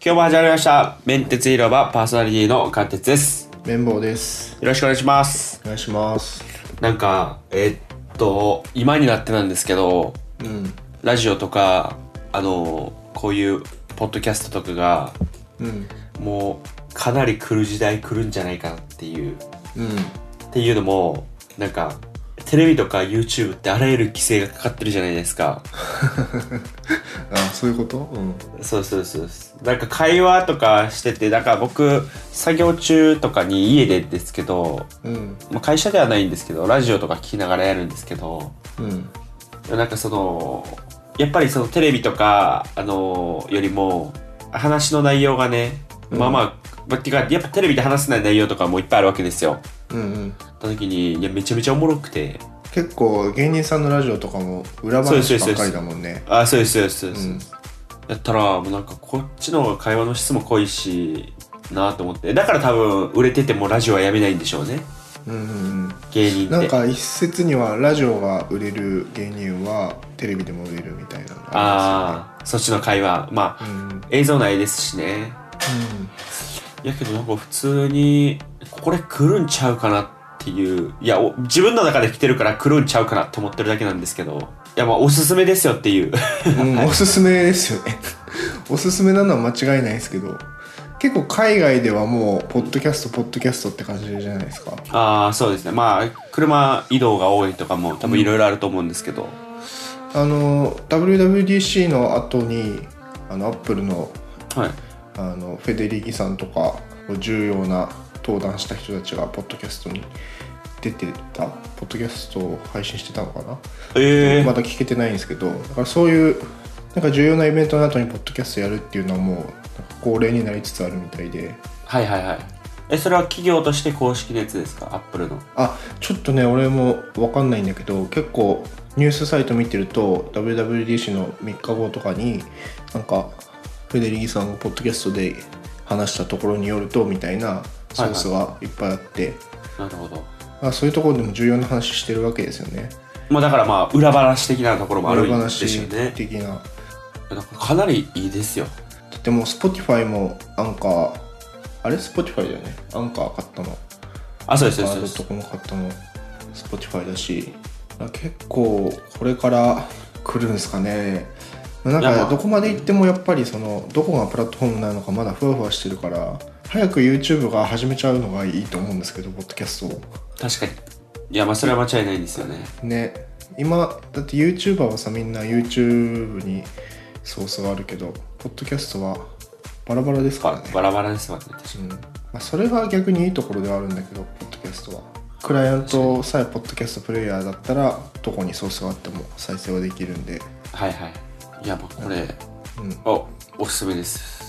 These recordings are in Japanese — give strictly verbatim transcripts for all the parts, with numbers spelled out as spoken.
今日も始まりましたメンテツ広場パーソナリティの関鉄です。 綿棒です。 よろしくお願いします。 お願いします。 なんかえー、っと今になってなんですけど、 うん、 ラジオとかあのこういうポッドキャストとかが、 うん、 もうかなり来る時代来るんじゃないかなっていう、 うん、 っていうのもなんかテレビとか YouTube ってあらゆる規制がかかってるじゃないですか。 あ、そういうこと？うん。 そうそうそう。なんか会話とかしてて、だから僕作業中とかに家でですけど、 うん、 まあ、会社ではないんですけどラジオとか聞きながらやるんですけど、 うん、 なんかそのやっぱりそのテレビとかあのよりも話の内容がね、 うん、 まあまあてかやっぱテレビで話せない内容とかもいっぱいあるわけですよ。 うん、うん。 た時にいやめちゃめちゃおもろくて。 結構芸人さんのラジオとかも裏話ばっかりだもんね。 あ、そうですそうですそうです、 うん、 やったらもうなんかこっちの方が会話の質も濃いしなと思って、だから多分売れててもラジオはやめないんでしょうね、 うん、うん。 芸人って。 なんか一説にはラジオが売れる芸人はテレビでも売れるみたいなのがありますよね。 ああ、そっちの会話まあ、うん、映像ないですしね。うん。やけどなんか普通にこれ来るんちゃうかなっていう、いや自分の中で来てるから来るんちゃうかなって思ってるだけなんですけど、いやまあおすすめですよっていう、 うん、おすすめですよね。おすすめなのは間違いないですけど、結構海外ではもうポッドキャストポッドキャストって感じじゃないですか。 ああ、そうですね。まあ車移動が多いとかも多分いろいろあると思うんですけど、 うん、あの ダブリューダブリューディーシー の後にあのアップルの、 はい、あのフェデリギさんとか重要な登壇した人たちがポッドキャストに出てた、ポッドキャストを配信してたのかな、 えー、 まだ聞けてないんですけど、だからそういうなんか重要なイベントの後にポッドキャストやるっていうのはもうなんか恒例になりつつあるみたいで。 はいはいはい。え、それは企業として公式のやつですか、アップルの？ あ、ちょっとね俺も分かんないんだけど、結構ニュースサイト見てると ダブリューダブリューディーシー のみっかごとかになんかフェデリギさんがポッドキャストで話したところによるとみたいなソースがいっぱいあって、 はいはい、なるほど。 あ、そういうところでも重要な話してるわけですよね。 まあだからまあ裏話的なところもあるんでしょうね。 裏話的な。 だからかなりいいですよ。 でも Spotify もアンカー、あれ Spotify だよね、アンカー買ったの。 あ、そうですそうです。 アンカードットコム買ったの Spotify だし、結構これから来るんですかね。なんかどこまで行ってもやっぱりそのどこがプラットフォームなのかまだふわふわしてるから、早く YouTube が始めちゃうのがいいと思うんですけど、ポッドキャストを。 確かに。いやまあそれは間違いないんですよね。 ね、今だって YouTuber はさみんな YouTube にソースがあるけど、ポッドキャストはバラバラですからね。 バラバラですもんね、確かに。うん、まあ、それが逆にいいところではあるんだけど、ポッドキャストはクライアントさえポッドキャストプレイヤーだったらどこにソースがあっても再生はできるんで。 はいはい。いやもうこれ、うん、おおすすめです。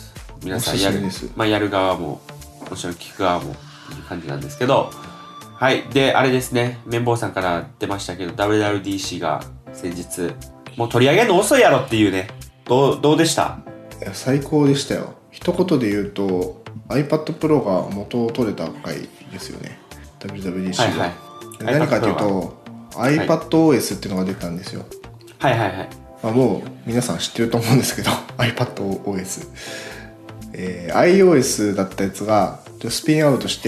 皆さんやる、まあ、やる側ももちろん聞く側もいい感じなんですけど、はい。であれですね、綿棒さんから出ましたけど ダブリューダブリューディーシー が先日もう取り上げるの遅いやろっていうね、どうどうでした？ いや最高でしたよ。一言で言うと iPad Pro が元を取れた回ですよね、 ダブリューダブリューディーシー が、はいはい、何かというと iPadOS っていうのが出たんですよ。 はいはいはい。 まあ、もう皆さん知ってると思うんですけどiPadOS、えー、iOS だったやつがスピンアウトして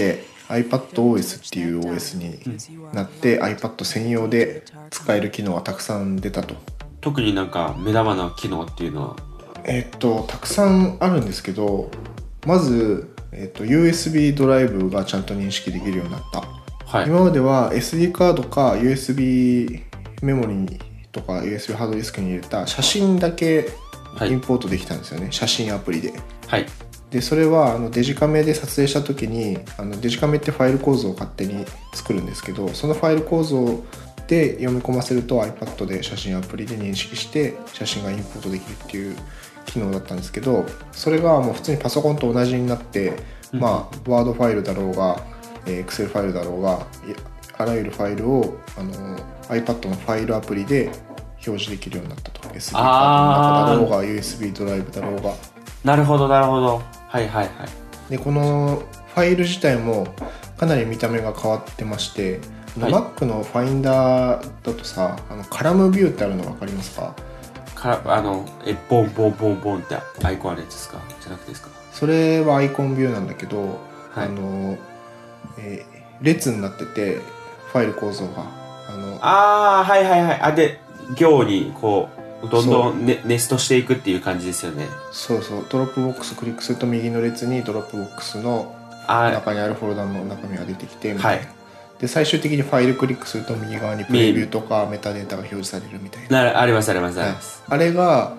iPadOS っていう オーエス になって、うん、iPad 専用で使える機能がたくさん出たと。 特になんか目玉な機能っていうのはえー、っとたくさんあるんですけど、まず、えー、っと ユーエスビー ドライブがちゃんと認識できるようになった、はい、今までは エスディー カードか ユーエスビー メモリーとか ユーエスビー ハードディスクに入れた写真だけインポートできたんですよね、はい、写真アプリで。はい。でそれはあのデジカメで撮影した時に、あのデジカメってファイル構造を勝手に作るんですけど、そのファイル構造で読み込ませると iPad で写真アプリで認識して写真がインポートできるっていう機能だったんですけど、それがもう普通にパソコンと同じになって、うん、まあワードファイルだろうが、えー、Excel ファイルだろうが、あらゆるファイルをあの iPad のファイルアプリで表示できるようになったと。 エスディー カードの中だろうが ユーエスビー ドライブだろうが。 なるほどなるほど。はいはいはい。 でこのファイル自体もかなり見た目が変わってまして、はい、Mac のファインダーだとさ、あのカラムビューってあるの分かりますか？ かあのえボンボンボンボンってアイコンあるやつですか？じゃなくてですか？ それはアイコンビューなんだけど、 はい、 あの、えー、列になっててファイル構造があのあーはいはいはいあで行にこうどんどん、ね、ネストしていくっていう感じですよね。 そうそうドロップボックスクリックすると右の列にドロップボックスの中にあるフォルダの中身が出てきてみたいな、はい、で最終的にファイルクリックすると右側にプレビューとかメタデータが表示されるみたいな。 なありますありますあります、 はい、あれが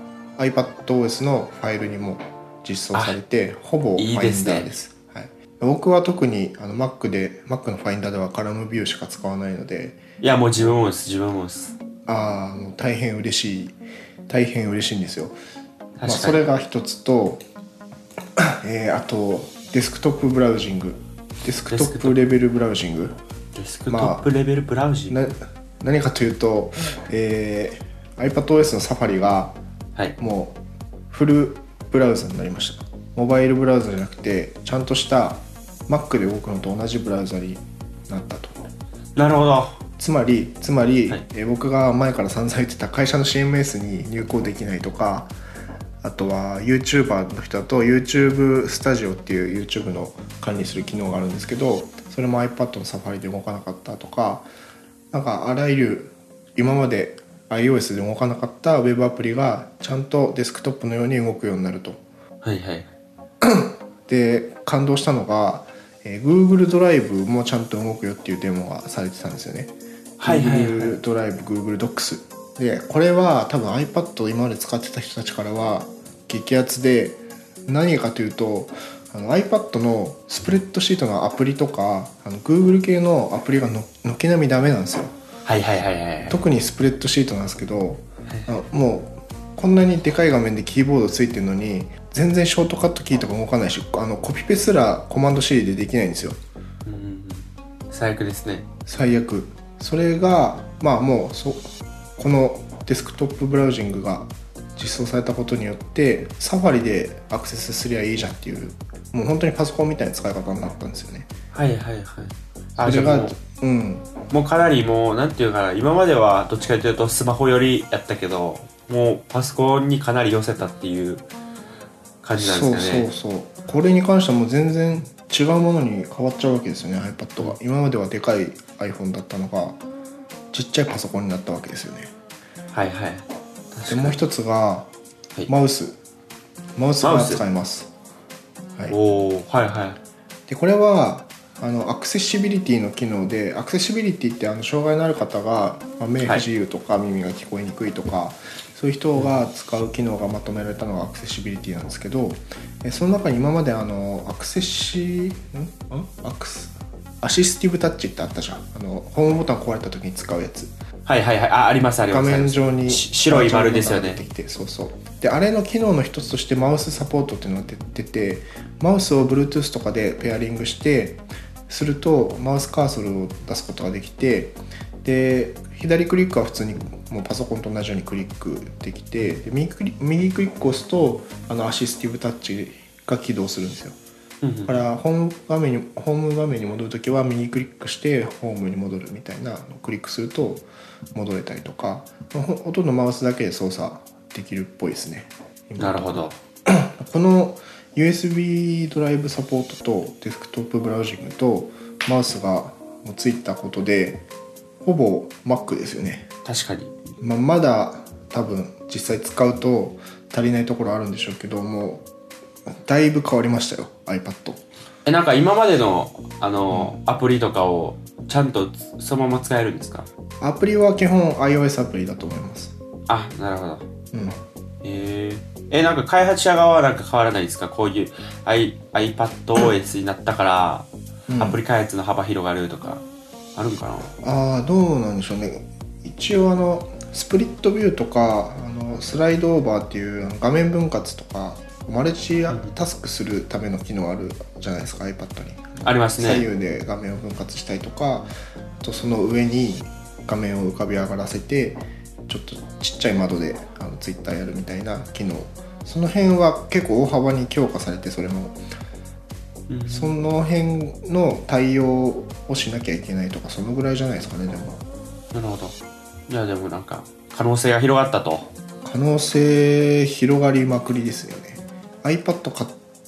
iPadOS のファイルにも実装されてほぼファインダーです。いいですね。はい、僕は特にあの Mac で Mac のファインダーではカラムビューしか使わないので。 いやもう自分もです自分もです。 ああもう大変嬉しい大変嬉しいんですよ。まあ、それが一つと、えー、あとデスクトップブラウジングデスクトップレベルブラウジングデスクトップレベルブラウジング、 まあ、な何かというと、えー、iPadOS のサファリがもうフルブラウザになりました。モバイルブラウザじゃなくてちゃんとした Mac で動くのと同じブラウザになったと。 なるほど。 つまりつまり、はい、えー、僕が前から散々言ってた会社の シーエムエス に入稿できないとか、あとは YouTuber の人だと YouTube スタジオっていう YouTube の管理する機能があるんですけど、それも iPad のサファリで動かなかったとか、なんかあらゆる今まで iOS で動かなかった Web アプリがちゃんとデスクトップのように動くようになると。 はいはいで感動したのが、えー、Google ドライブもちゃんと動くよっていうデモがされてたんですよね。 はいはいはい、 Google ドライブ Google Docsで、これは多分 iPad を今まで使ってた人たちからは激アツで、何かというとあの iPad のスプレッドシートのアプリとかあの Google 系のアプリがの軒並みダメなんですよ。 はいはいはいはい。 特にスプレッドシートなんですけど、はい、あのもうこんなにでかい画面でキーボードついてるのに全然ショートカットキーとか動かないし、あのコピペすらコマンド C でできないんですよ。 うん、最悪ですね。 最悪。それがまあもうそこのデスクトップブラウジングが実装されたことによってサファリでアクセスすりゃいいじゃんっていう、もう本当にパソコンみたいな使い方になったんですよね。 はいはいはい。 あ、それがもう、うん、 もうかなりもうなんていうかな、今まではどっちかというとスマホ寄りやったけど、もうパソコンにかなり寄せたっていう感じなんですかね。 そうそうそう。これに関してはもう全然違うものに変わっちゃうわけですよね。 iPad が今まではでかい iPhone だったのがちっちゃいパソコンになったわけですよね。 はいはい。 でもう一つが、はい、マウスマウスが使えます。 はい、おーはいはい。 でこれはあのアクセシビリティの機能で、アクセシビリティってあの障害のある方が、まあ、目不自由とか耳が聞こえにくいとか、はい、そういう人が使う機能がまとめられたのがアクセシビリティなんですけど、その中に今まであのアクセシんアクスアシスティブタッチってあったじゃん。あのホームボタン壊れた時に使うやつ。 はいはいはい、あ、ありますあります。 画面上に白い丸ですよね。 出てきて、そうそう。であれの機能の一つとしてマウスサポートっていうのが出てて、マウスを Bluetooth とかでペアリングしてするとマウスカーソルを出すことができて、で左クリックは普通にもうパソコンと同じようにクリックできて、で 右, クリ右クリックを押すとあのアシスティブタッチが起動するんですよ。だからホーム画面にホーム画面に戻るときは右クリックしてホームに戻るみたいなクリックすると戻れたりとか、ほとんどマウスだけで操作できるっぽいですね。 なるほど。 この ユーエスビー ドライブサポートとデスクトップブラウジングとマウスがついたことでほぼ Mac ですよね。 確かに、 まあ、まだ多分実際使うと足りないところあるんでしょうけども、だいぶ変わりましたよ iPad。 え、なんか今までのあの、うん、アプリとかをちゃんとそのまま使えるんですか？ アプリは基本 iOS アプリだと思います。 あ、なるほど。 うん。 えー、え、なんか開発者側はなんか変わらないですか？こういう I iPadOS になったから、うん、アプリ開発の幅広がるとかあるんかな？ ああ、どうなんでしょうね。一応あのスプリットビューとかあのスライドオーバーっていう画面分割とかマルチタスクするための機能あるじゃないですか、 iPad に。 ありますね。 左右で画面を分割したりとか、あとその上に画面を浮かび上がらせてちょっとちっちゃい窓であの Twitter やるみたいな機能、その辺は結構大幅に強化されて、それも、うん、その辺の対応をしなきゃいけないとか、そのぐらいじゃないですかね。でもなるほど。いやでもなんか可能性が広がったと。 可能性広がりまくりですよね。iPad 買っ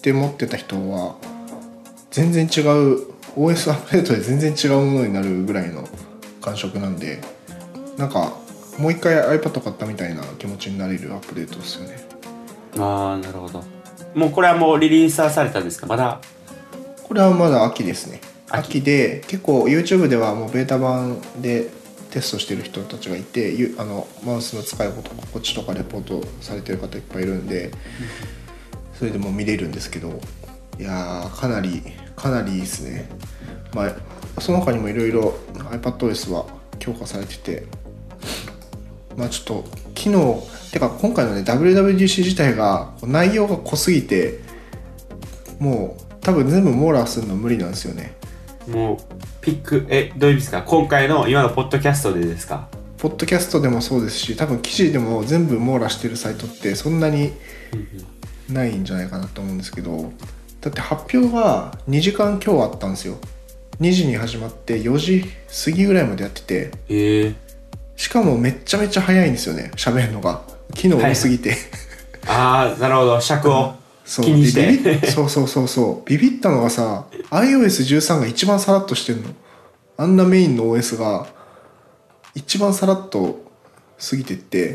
って持ってた人は全然違う オーエス アップデートで全然違うものになるぐらいの感触なんで、なんかもう一回 iPad 買ったみたいな気持ちになれるアップデートですよね。 ああ、なるほど。もうこれはもうリリースされたんですか？まだ。 これはまだ秋ですね。秋で結構 YouTube ではもうベータ版でテストしてる人たちがいて、あのマウスの使い心地とかレポートされてる方いっぱいいるんで、それでも見れるんですけど、いやーかなりかなりいいですね。まあその他にもいろいろ iPadOS は強化されてて、まあちょっと機能てか今回のね ダブリューダブリューディーシー 自体が内容が濃すぎて、もう多分全部網羅するの無理なんですよね。 もうピックえどういう意味ですか？今回の今のポッドキャストでですか？ ポッドキャストでもそうですし、多分記事でも全部網羅してるサイトってそんなにないんじゃないかなと思うんですけど、だって発表がにじかん今日あったんですよ。にじに始まってよじ過ぎぐらいまでやってて、 えー、 しかもめっちゃめちゃ早いんですよね、喋るのが。機能多すぎて、はい、 ああなるほど、尺を気にして、 そうそうそうそう、ビビったのがさ アイオーエスじゅうさん が一番さらっとしてんの。あんなメインの オーエス が一番さらっと過ぎてって、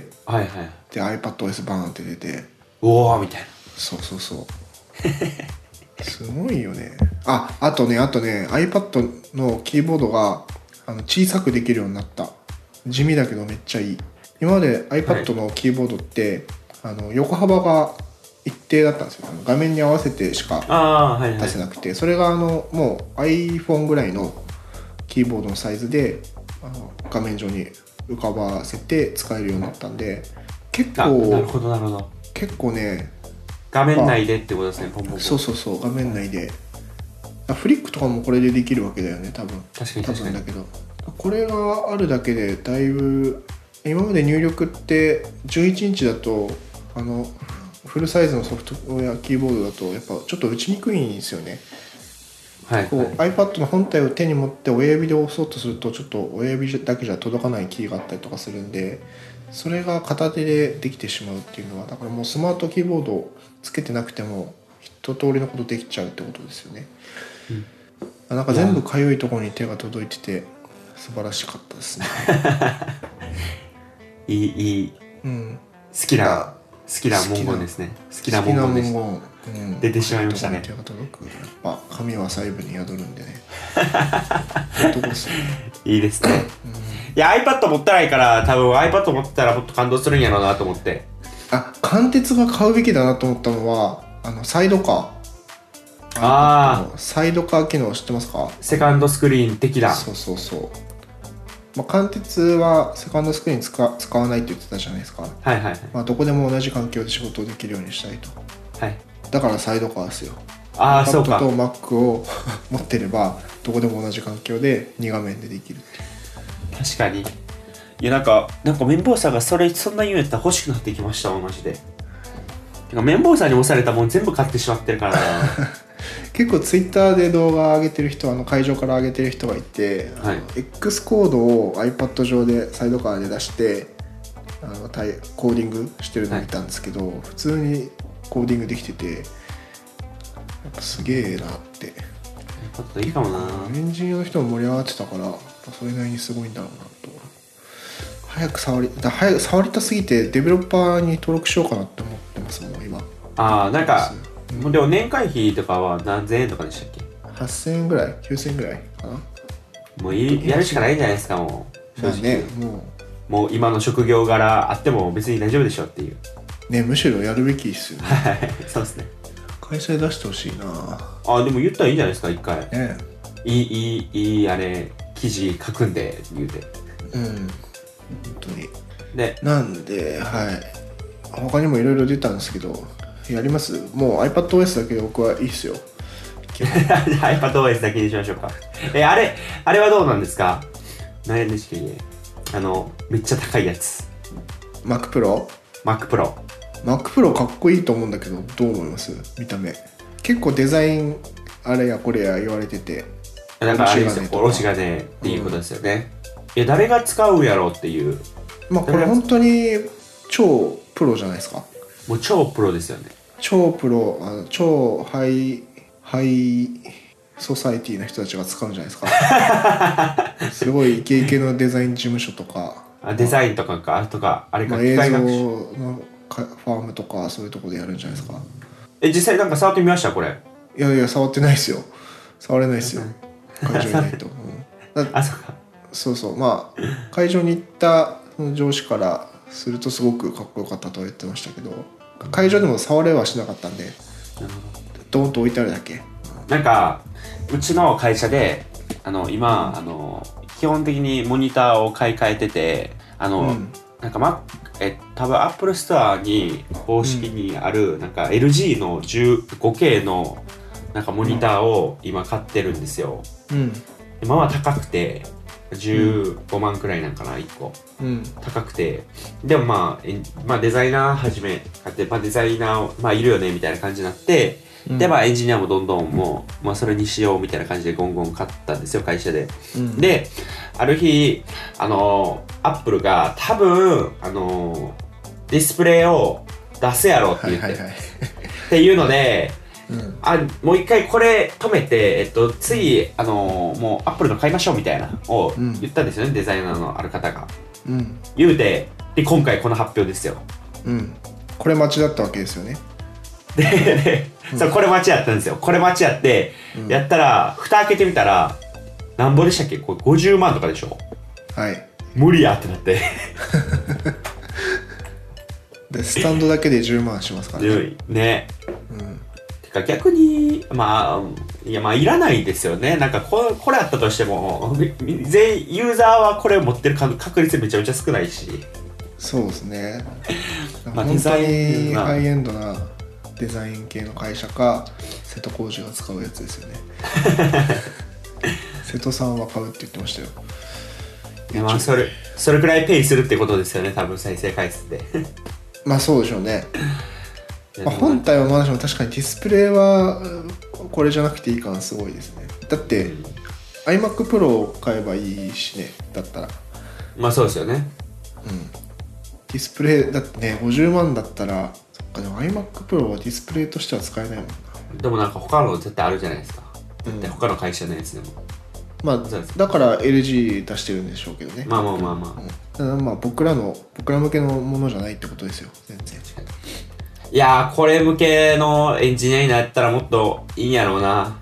はいはい、 で iPadOS バーンって出て、 おおみたいな。 そうそうそうすごいよね。あ、あとねあとね iPad のキーボードがあの小さくできるようになった。地味だけどめっちゃいい。今まで iPad のキーボードって、はい、あの横幅が一定だったんですよ。画面に合わせてしか出せなくて、はいはい、それがあのもう iPhone ぐらいのキーボードのサイズであの画面上に浮かばせて使えるようになったんで、結構なるほどなるほど、 結構ね画面内でってことですね。ポンポンポン、 そうそうそう、画面内で。フリックとかもこれでできるわけだよね多分。 確かに確かに。 多分だけどこれがあるだけでだいぶ、今まで入力ってじゅういちインチだとあのフルサイズのソフトウェアキーボードだとやっぱちょっと打ちにくいんですよね。はい、こう iPad の本体を手に持って親指で押そうとするとちょっと親指だけじゃ届かないキーがあったりとかするんで、それが片手でできてしまうっていうのは、だからもうスマートキーボードをつけてなくても一通りのことできちゃうってことですよね。うん、なんか全部かゆいところに手が届いてて素晴らしかったですね。 いいいい、うん、好きな好きな文言ですね。好きな文言でした。うん、出てしまいましたね。手が届く。やっぱ神は細部に宿るんでね。 いいですね。うん、いや iPad 持ってないから多分 iPad 持ってたらもっと感動するんやろうなと思って。 あ、貫徹が買うべきだなと思ったのはあのサイドカー。 ああ。 サイドカー機能知ってますか？ セカンドスクリーン的だ。 そうそうそう。まあ、貫徹はセカンドスクリーン 使, 使わないって言ってたじゃないですか。 はいはい、はい、 まあ、どこでも同じ環境で仕事をできるようにしたいと。 はい。 だからサイドカーですよ。 ああ、そうか。 iPad と Mac を持ってればどこでも同じ環境でに画面でできるっていう。 確かに。いやなんかなんか綿棒さんがそれそんな言うんやったら欲しくなってきましたマジで。てか綿棒さんに押されたもん全部買ってしまってるからな。 結構ツイッターで動画上げてる人、あの会場から上げてる人がいて、はい、X コードを iPad 上でサイドカーで出してあのコーディングしてるの見たんですけど、はい、普通にコーディングできててやっぱすげえなって。 iPad いいかもな。 エンジニアの人も盛り上がってたからそれなりにすごいんだろうなと。早く触りだ早く触りたすぎてデベロッパーに登録しようかなって思ってますもん今。 ああ、なんかもうでも年会費とかは何千円とかでしたっけ？ はっせんえんぐらいきゅうせんえんぐらいかな。 もういやるしかないじゃないですか。もう正直、 ね、もうもう今の職業柄あっても別に大丈夫でしょっていうね。むしろやるべきですよね。 はいそうですね。 開催出してほしいなあ。でも言ったらいいんじゃないですか一回、 ね、 いいいいいいあれ記事書くんで言うて。 うん本当にでなんではい他にもいろいろ出たんですけどやります？もう iPadOS だけで僕はいいっすよ。 iPadOS だけにしましょうか。えあれあれはどうなんですか？何円でしたっけ？あのめっちゃ高いやつ Mac Pro？ Mac Pro Mac Pro かっこいいと思うんだけどどう思います？見た目結構デザインあれやこれや言われてて、 だからあれですよ、おろし金っていうことですよね、うん、いや誰が使うやろうっていう。 まあこれ本当に超プロじゃないですか。 もう超プロですよね。 超プロ、あの超ハイハイソサイティな人たちが使うんじゃないですか。すごいイケイケのデザイン事務所とか、 あデザインとかかとかあれか、 まあ、映像のファームとかそういうとこでやるんじゃないですか。 え実際なんか触ってみましたこれ？ いやいや触ってないですよ。触れないですよ。会場にいないと。うん、 あそうか。 そうそうまあ会場に行った上司からするとすごくかっこよかったとは言ってましたけど、会場でも触れはしなかったんで、ドーンと置いてあるだけ。 なんかうちの会社であの今あの基本的にモニターを買い替えてて、あの、うん、なんか、ま、え多分アップルストアに公式にある、うん、なんか エルジー の じゅうごケー のなんかモニターを今買ってるんですよ。うん、今は高くてじゅうごまんくらいなんかな、いっこ、うん、高くて、でもまあ、まあ、デザイナー始め買って、まあ、デザイナー、まあ、いるよねみたいな感じになって、うん、でまあエンジニアもどんどんもう、まあ、それにしようみたいな感じでゴンゴン買ったんですよ会社で、うん、である日あのアップルが多分あのディスプレイを出すやろって言って、はいはいはい、っていうのでうん、あもう一回これ止めて、えっと、次、あのー、もうアップルの買いましょうみたいなを言ったんですよね、うん、デザイナーのある方が、うん、言うてで今回この発表ですよ、 うん、これ待ちだったわけですよね。 でで、うん、そうこれ待ちやったんですよ。これ待ちやって、うん、やったら蓋開けてみたらなんぼでしたっけ、これごじゅうまんとかでしょ。はい無理やってなってでスタンドだけでじゅうまんしますからね。 ね、うん逆にまあいやまあいらないですよね。なんかここれあったとしても全員ユーザーはこれを持ってる確率めちゃめちゃ少ないし。 そうですね。まあ本当にハイエンドなデザイン系の会社か瀬戸康史が使うやつですよね。瀬戸さんは買うって言ってましたよ。 いやまあそれそれくらいペイするってことですよね多分再生回数で。 まあそうでしょうね。まあ、本体はまだしも確かにディスプレイはこれじゃなくていい感すごいですね。だって、うん、iMac Pro を買えばいいしね、だったら。 まあそうですよね。 うん。ディスプレイだってねごじゅうまんだったら、そっかでも iMac Pro はディスプレイとしては使えないもんな。 でもなんか他の絶対あるじゃないですか。絶対他の会社のやつでも。 まあだから エルジー 出してるんでしょうけどね。 まあまあまあまあ。うん、 ただまあ僕らの僕ら向けのものじゃないってことですよ。全然。 いやーこれ向けのエンジニアになったらもっといいんやろうな。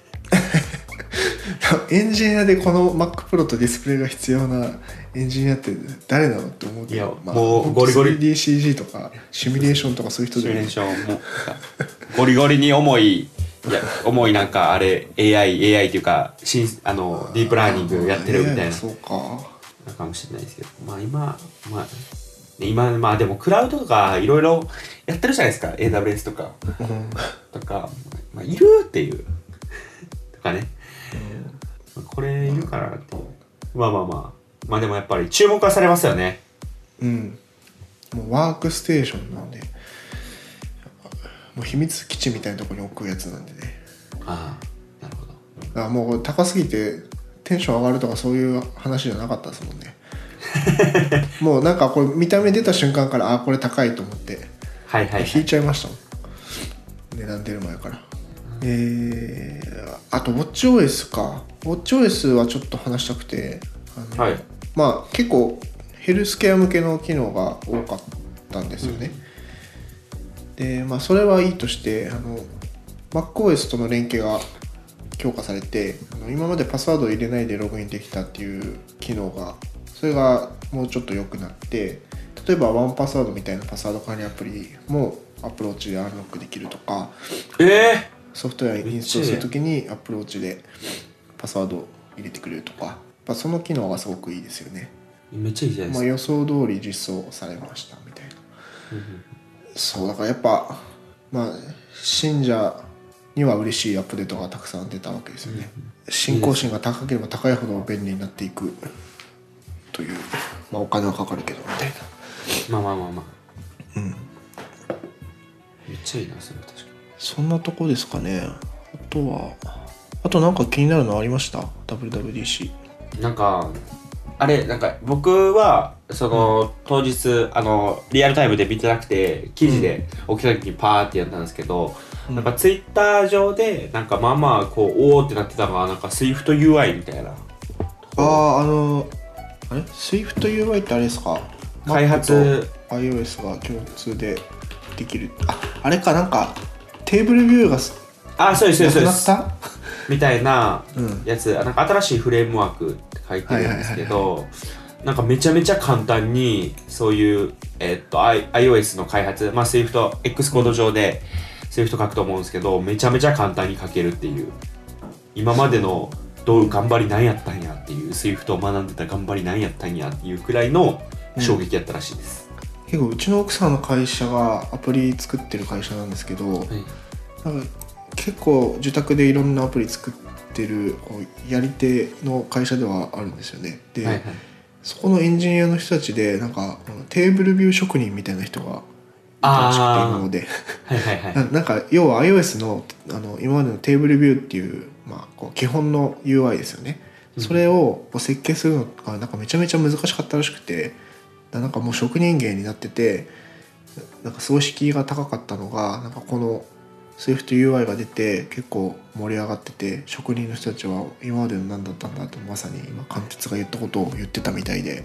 エンジニアでこの Mac Pro とディスプレイが必要なエンジニアって誰なのって思うけど、いや、まあ、もうゴリゴリ スリーディーシージー とかシミュレーションとかそういう人で、ね、シミュレーションもゴリゴリに重いいや重いなんかあれ エーアイ エーアイ っていうかあのディープラーニングやってるみたいなそうかかもしれないですけど、まあ今まあ今まあでもクラウドとかいろいろやってるじゃないですか エーダブリューエス とか、うん、とか、まあ、いるっていうとかね、うん、これいるかなっていうまあまあまあまあでもやっぱり注目はされますよね。 うんもうワークステーションなんでもう秘密基地みたいなところに置くやつなんでね。 ああなるほど。 だからもう高すぎてテンション上がるとかそういう話じゃなかったですもんね。もうなんかこれ見た目出た瞬間からあこれ高いと思って、はいはいはい、引いちゃいましたもん値段出る前から。えー、あと WatchOS か WatchOS はちょっと話したくてあの、はい、まあ結構ヘルスケア向けの機能が多かったんですよね、うん、でまあそれはいいとしてあの MacOS との連携が強化されてあの今までパスワードを入れないでログインできたっていう機能がそれがもうちょっと良くなって例えばワンパスワードみたいなパスワード管理アプリもアプローチでアンロックできるとか、 えー、 ソフトウェアインストールするときにアプローチでパスワードを入れてくれるとかやっぱその機能がすごくいいですよね。 めっちゃいいじゃないですか、 まあ、予想通り実装されましたみたいな、うん、そうだからやっぱまあ信者には嬉しいアップデートがたくさん出たわけですよね、うん、信仰心が高ければ高いほど便利になっていくという、まあ、お金はかかるけどみたいな。 まあまあまあまあうんめっちゃいいなそれは確かに。 そんなとこですかね。あとはあとなんか気になるのありました ダブリューダブリューディーシー。 なんかあれなんか僕はその、うん、当日あのリアルタイムで見てなくて記事で起きた時にパーってやったんですけど、うん、なんかツイッター上でなんかまあまあこうおおってなってたのがなんか Swift ユーアイ みたいな。 あああのあれ Swift ユーアイ ってあれですか、 開発 iOS が共通でできる。ああれか、なんかテーブルビューがあそうですそうですなくなったみたいなやつ、うん、なんか新しいフレームワークって書いてるんですけど、なんかめちゃめちゃ簡単にそういう、えー、っと iOS の開発、まあ Swift、X コード上で Swift 書くと思うんですけど、めちゃめちゃ簡単に書けるっていう、今までのどう頑張りなんやったんやっていう、Swift を学んでた頑張りなんやったんやっていうくらいの衝撃やったらしいです、 うん、結構うちの奥さんの会社がアプリ作ってる会社なんですけど、はい、なんか結構受託でいろんなアプリ作ってるやり手の会社ではあるんですよね。で、はいはい、そこのエンジニアの人たちでなんかテーブルビュー職人みたいな人がいたらしくて、今まではいはい、はい、な, なんか要は iOS の, あの今までのテーブルビューっていう、まあ、こう基本の ユーアイ ですよね、うん、それを設計するのがなんかめちゃめちゃ難しかったらしくて、なんかもう職人芸になってて、なんかすごい敷居が高かったのが、なんかこのSwift ユーアイ が出て結構盛り上がってて、職人の人たちは今までの何だったんだと、まさに今貫徹が言ったことを言ってたみたいで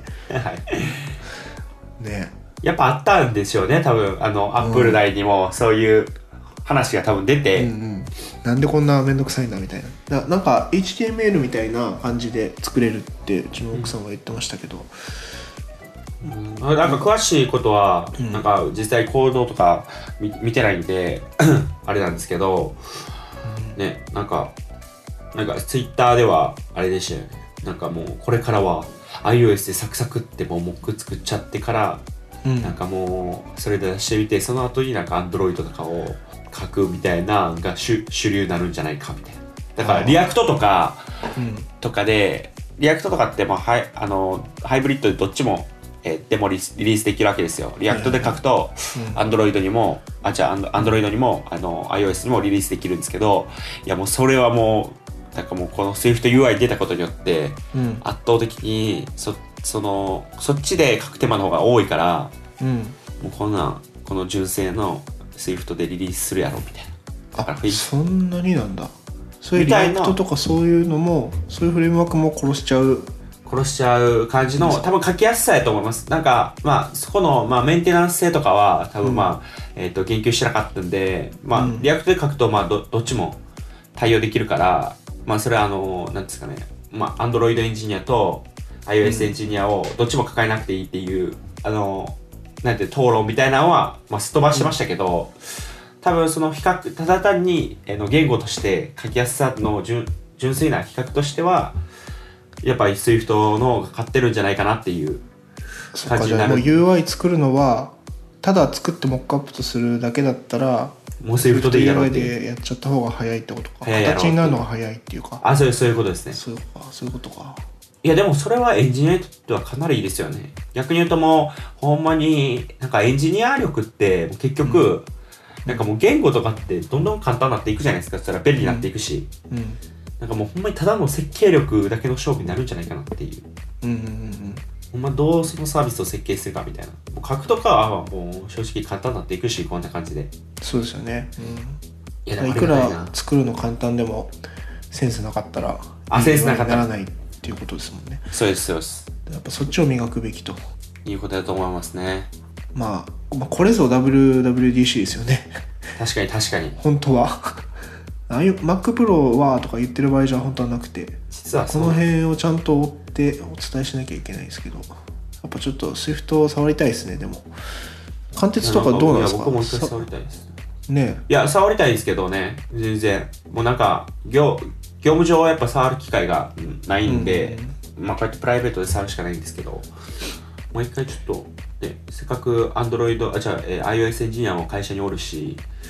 ね、 やっぱあったんでしょうね、多分あのアップル内にもそういう話が多分出て、うんうん、 なんでこんなめんどくさいんだみたいな、な, なんか エイチティーエムエル みたいな感じで作れるってうちの奥さんは言ってましたけど、 うん、なんか詳しいことは、うん、なんか実際コードとか 見, 見てないんであれなんですけど、うん、ね、なんかなんかツイッターではあれでしたよね、なんかもうこれからは iOS でサクサクってもうモック作っちゃってから、うん、なんかもうそれで出してみて、その後になんか Android とかを書くみたいなのが 主, 主流になるんじゃないかみたいな。だからリアクトとか、うん、とかでリアクトとかってもうハイあのハイブリッドでどっちもでもリリースできるわけですよ。リアクトで書くと Android にも、あ、じゃあ Android にもあの iOS にもリリースできるんですけど、いやもうそれはもうなんかもうこの Swift ユーアイ 出たことによって圧倒的に そ, そのそっちで書く手間の方が多いから、うん、もうこんなんこの純正の Swift でリリースするやろみたいな。だからあ、そんなになんだ。そういうリアクトとかそういうのも、そういうフレームワークも殺しちゃう殺しちゃう感じの多分書きやすさやと思います。なんかまあそこの、まあ、メンテナンス性とかは多分まあ、うん、えー、と言及してなかったんで、まあ、うん、リアクトで書くとまあ ど, どっちも対応できるから、まあそれはあのなんですかね、まあ Android エンジニアと iOS エンジニアをどっちも抱えなくていいっていう、うん、あのなんて討論みたいなのはまあすっ飛ばしてましたけど、うん、多分その比較ただ単に、えー、の言語として書きやすさの純純粋な比較としてはやっぱり Swift の方が勝ってるんじゃないかなっていう感じになる。 もう ユーアイ 作るのはただ作ってモックアップとするだけだったらもう Swift でやろうっていうユーアイ でやっちゃった方が早いってことか。形になるのが早いっていうか。 あ、そういうそういうことですね。 そうか、そういうことか。 いやでもそれはエンジニアにとってはかなりいいですよね。逆に言うともうほんまになんかエンジニア力って結局、うん、なんかもう言語とかってどんどん簡単になっていくじゃないですか。そしたら便利になっていくし、うんうん、なんかもうほんまにただの設計力だけの勝負になるんじゃないかなっていう。うんうんうん、ほんまどうそのサービスを設計するかみたいな。もう書くとかはもう正直簡単になっていくし、こんな感じで。 そうですよね。うん、いやでもいくら作るの簡単でもセンスなかったらあセンスなかったらならないっていうことですもんね。 そうですそうです。 やっぱそっちを磨くべきということだと思いますね。 まあ、まあ、これぞ ダブリューダブリューディーシー ですよね。 確かに確かに。 本当はああいう Mac Pro はとか言ってる場合じゃ本当はなくて、 実はこの辺をちゃんと追ってお伝えしなきゃいけないんですけど、やっぱちょっと Swift を触りたいですね。でも貫徹とかどうなんですか。 いや僕も一回触りたいですね。 いや触りたいですけどね、全然もうなんか 業, 業務上はやっぱ触る機会がないんで、うん、まあこうやってプライベートで触るしかないんですけど、もう一回ちょっとでせっかく Android あじゃあ、えー、iOS エンジニアも会社におるし、うん、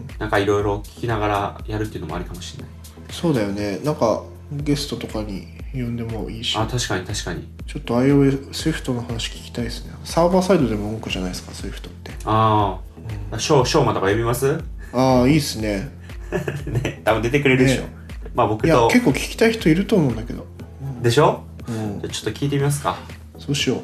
なんかいろいろ聞きながらやるっていうのもありかもしれない。 そうだよね。なんかゲストとかに呼んでもいいし。 あ確かに確かに。 ちょっと iOS Swift の話聞きたいですね。サーバーサイドでも動くじゃないですか Swift って。 ああ、うん、ショーショーマとか呼びます？ ああいいっすね。 ね多分出てくれるでしょ、ね、まあ僕といや結構聞きたい人いると思うんだけど。 でしょ、うん、じゃあちょっと聞いてみますか。 そうしよう。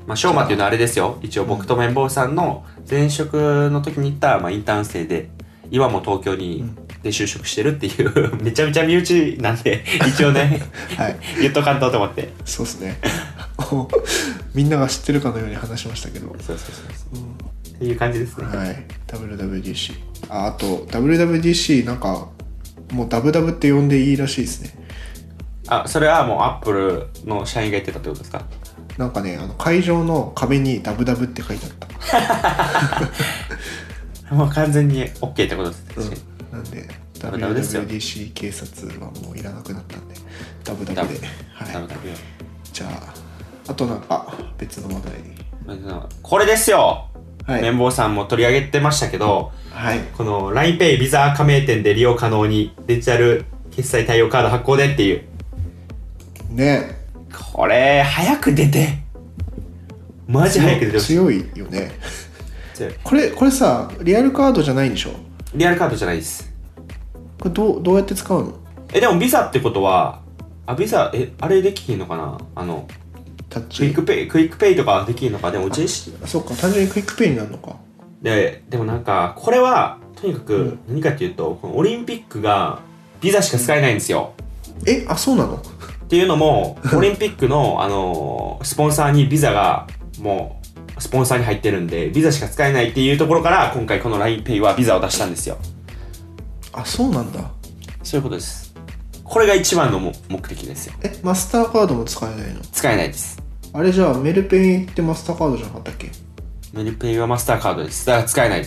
まあしょうまっていうのはあれですよ、一応僕と綿棒さんの前職の時に行った、まあ、インターン生で今も東京にで就職してるっていうめちゃめちゃ身内なんで一応ね、はい、言っとかんとと思って。 そうですねみんなが知ってるかのように話しましたけど、 そうそうそうそう、うん、っていう感じですね。 はい。 ダブリューダブリューディーシー、 あ, あと ダブリューダブリューディーシー なんかもうダブダブって呼んでいいらしいですね。 あ、それはもうアップルの社員が言ってたってことですか？ なんかね、あの会場の壁にダブダブって書いてあったもう完全に OK ってことです、 うん、なんで ダブリューダブリューディーシー 警察はもういらなくなったんでダブダブで、はい、ダブダブ。じゃああとなんか別の話題、 これですよ、はい、綿棒さんも取り上げてましたけど、はい、この ラインペイ ビザ加盟店で利用可能にデジタル決済対応カード発行でっていうね。 これ早く出て、マジ早く出てほしい。 強いよねこれこれさ、リアルカードじゃないんでしょ？ リアルカードじゃないです。 これどうどうやって使うの？ え、でもビザってことは、あ、ビザ、え、あれできひんのかな、あのタッチクイックペイクイックペイとかできるのか。でも ジェーシー、 あ、そうか、単純にクイックペイになるのか。 ででもなんかこれはとにかく何かっていうと、うん、このオリンピックがビザしか使えないんですよ、 うん、え、あ、そうなの？ っていうのもオリンピックのあのスポンサーにビザがもうスポンサーに入ってるんでビザしか使えないっていうところから今回この ラインペイ はビザを出したんですよ。 あ、そうなんだ。 そういうことです。これが一番の目的ですよ。 え、マスターカードも使えないの？ 使えないです。 あれ、じゃあメルペイってマスターカードじゃなかったっけ？ メルペイはマスターカードです。だから使えないです。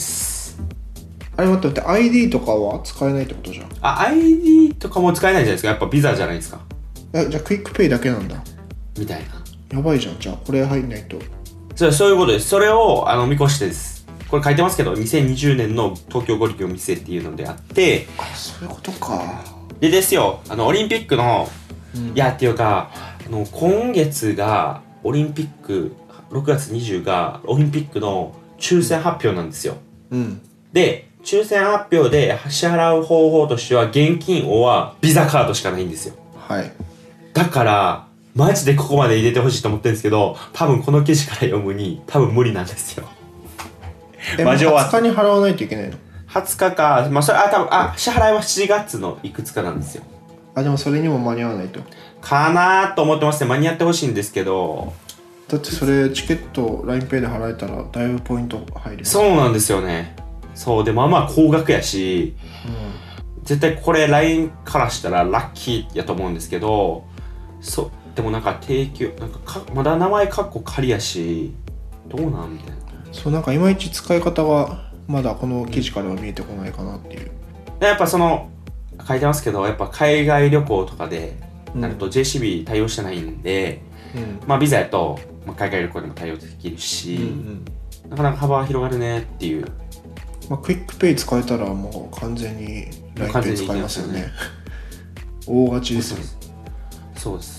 あれ、待って待って、アイディー とかは使えないってことじゃん。 あ、アイディー とかも使えないじゃないですか。やっぱビザじゃないですか。 え、じゃあクイックペイだけなんだみたいな。 やばいじゃん。じゃあこれ入んないと。 そう、そういうことです。それをあの見越してです。これ書いてますけど、にせんにじゅうねんの東京五輪を見せっていうのであって、 あ、そういうことか。 でですよ、あのオリンピックの、うん、いやっていうか、あの今月がオリンピック、ろくがつにじゅうがオリンピックの抽選発表なんですよ。うん、で、抽選発表で支払う方法としては現金おはビザカードしかないんですよ。 はい。 だからマジでここまで入れてほしいと思ってるんですけど、多分この記事から読むに多分無理なんですよ。 え、マジははつかに払わないといけないの？ はつかか、まあそれ、あ、多分、あ、支払いはしちがつのいくつかなんですよ。 あ、でもそれにも間に合わないと。 かなーと思ってますね。間に合ってほしいんですけど。 だってそれチケット ラインペイ で払えたらだいぶポイント入る。 そうなんですよね。そうで、まあまあ高額やし、うん、絶対これ ライン からしたらラッキーやと思うんですけど、そうでもなんか提供なんかかまだ名前カッコ仮やし、どうなんみたいな。 そう、なんかいまいち使い方がまだこの記事からは見えてこないかなっていう。 うん、やっぱその書いてますけど、やっぱ海外旅行とかでなると ジェーシービー 対応してないんで、うん、まあビザやと、まあ、海外旅行でも対応できるし、うんうん、なかなか幅は広がるねっていう。 まあ、クイックペイ使えたらもう完全に ラインペイ 使えますよね。大勝ちですよ。 そうです。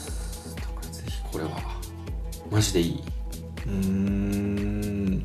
だからぜひこれはマジでいい。うーん。